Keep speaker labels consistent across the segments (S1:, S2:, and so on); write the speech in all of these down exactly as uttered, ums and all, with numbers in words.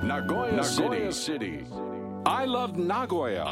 S1: Nagoya City. I love Nagoya.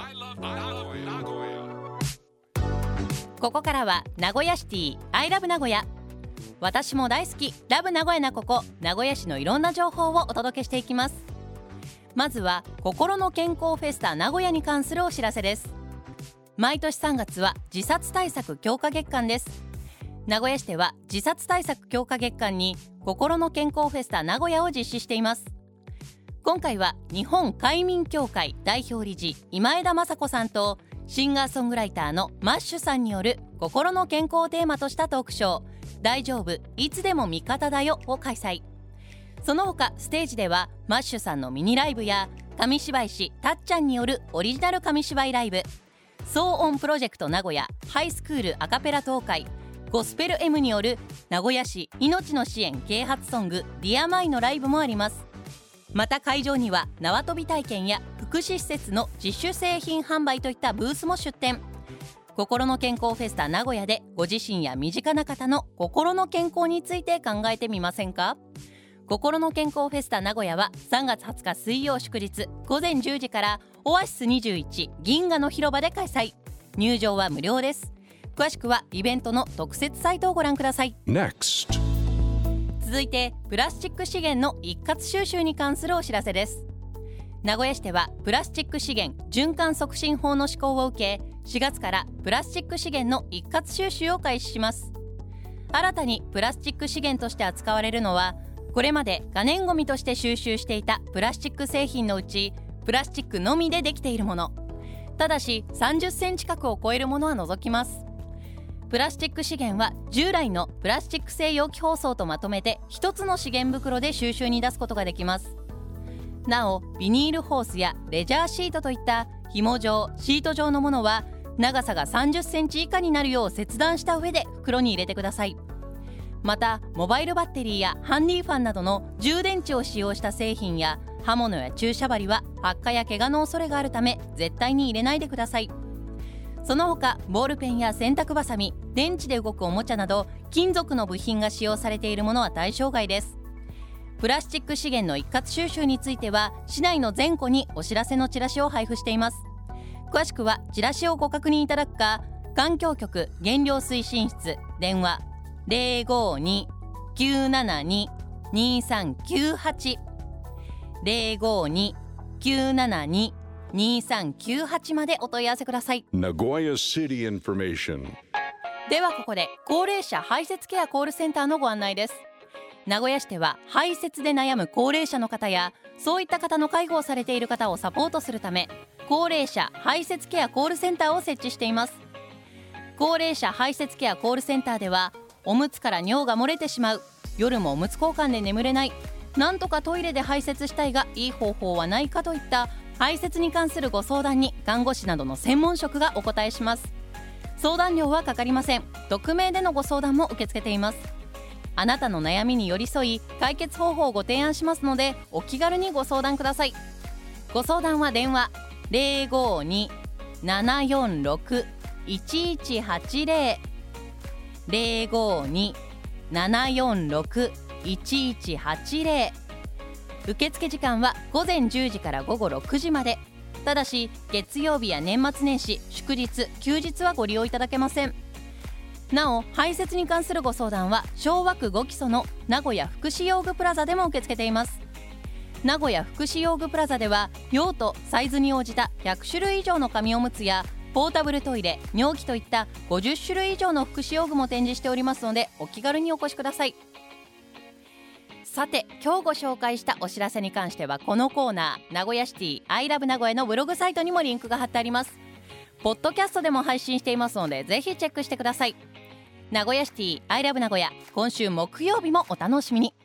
S2: ここからは名古屋シティ I love 名古屋。私も大好きラブ名古屋なここ名古屋市のいろんな情報をお届けしていきます。まずは心の健康フェスタ名古屋に関するお知らせです。毎年さんがつは自殺対策強化月間です。名古屋市では自殺対策強化月間に心の健康フェスタ名古屋を実施しています。今回は日本快眠協会代表理事今枝雅子さんとシンガーソングライターのマッシュさんによる心の健康をテーマとしたトークショー大丈夫いつでも味方だよを開催。その他ステージではマッシュさんのミニライブや紙芝居師たっちゃんによるオリジナル紙芝居ライブ、騒音プロジェクト名古屋ハイスクールアカペラ東海、ゴスペル M による名古屋市命の支援啓発ソングディアマイのライブもあります。また会場には縄跳び体験や福祉施設の自主製品販売といったブースも出展。心の健康フェスタ名古屋でご自身や身近な方の心の健康について考えてみませんか。心の健康フェスタ名古屋はさんがつはつか水曜祝日ごぜんじゅうじからオアシスにじゅういち銀河の広場で開催。入場は無料です。詳しくはイベントの特設サイトをご覧ください。
S1: Next.
S2: 続いてプラスチック資源の一括収集に関するお知らせです。名古屋市ではプラスチック資源循環促進法の施行を受けしがつからプラスチック資源の一括収集を開始します。新たにプラスチック資源として扱われるのはこれまで可燃ごみとして収集していたプラスチック製品のうちプラスチックのみでできているもの、ただしさんじゅっセンチ角を超えるものは除きます。プラスチック資源は従来のプラスチック製容器包装とまとめて一つの資源袋で収集に出すことができます。なおビニールホースやレジャーシートといった紐状シート状のものは長さがさんじゅっセンチ以下になるよう切断した上で袋に入れてください。またモバイルバッテリーやハンディファンなどの充電池を使用した製品や刃物や注射針は発火や怪我の恐れがあるため絶対に入れないでください。その他ボールペンや洗濯バサミ、電池で動くおもちゃなど金属の部品が使用されているものは対象外です。プラスチック資源の一括収集については市内の全戸にお知らせのチラシを配布しています。詳しくはチラシをご確認いただくか環境局減量推進室電話 ゼロごに きゅうななに にさんきゅうはち ゼロごに きゅうななに にさんきゅうはち までお問い合わせください。
S1: Nagoya City Information.
S2: ではここで高齢者排泄ケアコールセンターのご案内です。名古屋市では排泄で悩む高齢者の方やそういった方の介護をされている方をサポートするため高齢者排泄ケアコールセンターを設置しています。高齢者排泄ケアコールセンターではおむつから尿が漏れてしまう、夜もおむつ交換で眠れない、なんとかトイレで排泄したいがいい方法はないかといった排泄に関するご相談に看護師などの専門職がお答えします。相談料はかかりません。匿名でのご相談も受け付けています。あなたの悩みに寄り添い解決方法をご提案しますのでお気軽にご相談ください。ご相談は電話 ゼロごに ななよんろく いちいちはちゼロ ゼロごに ななよんろく いちいちはちゼロ。 受付時間はごぜんじゅうじからごごろくじまで。ただし月曜日や年末年始、祝日、休日はご利用いただけません。なお排泄に関するご相談は昭和区ごきその名古屋福祉用具プラザでも受け付けています。名古屋福祉用具プラザでは用途サイズに応じたひゃくしゅるい以上の紙おむつやポータブルトイレ、尿器といったごじゅっしゅるい以上の福祉用具も展示しておりますのでお気軽にお越しください。さて今日ご紹介したお知らせに関してはこのコーナー名古屋シティ I love 名古屋のブログサイトにもリンクが貼ってあります。ポッドキャストでも配信していますのでぜひチェックしてください。名古屋シティ I love 名古屋、今週木曜日もお楽しみに。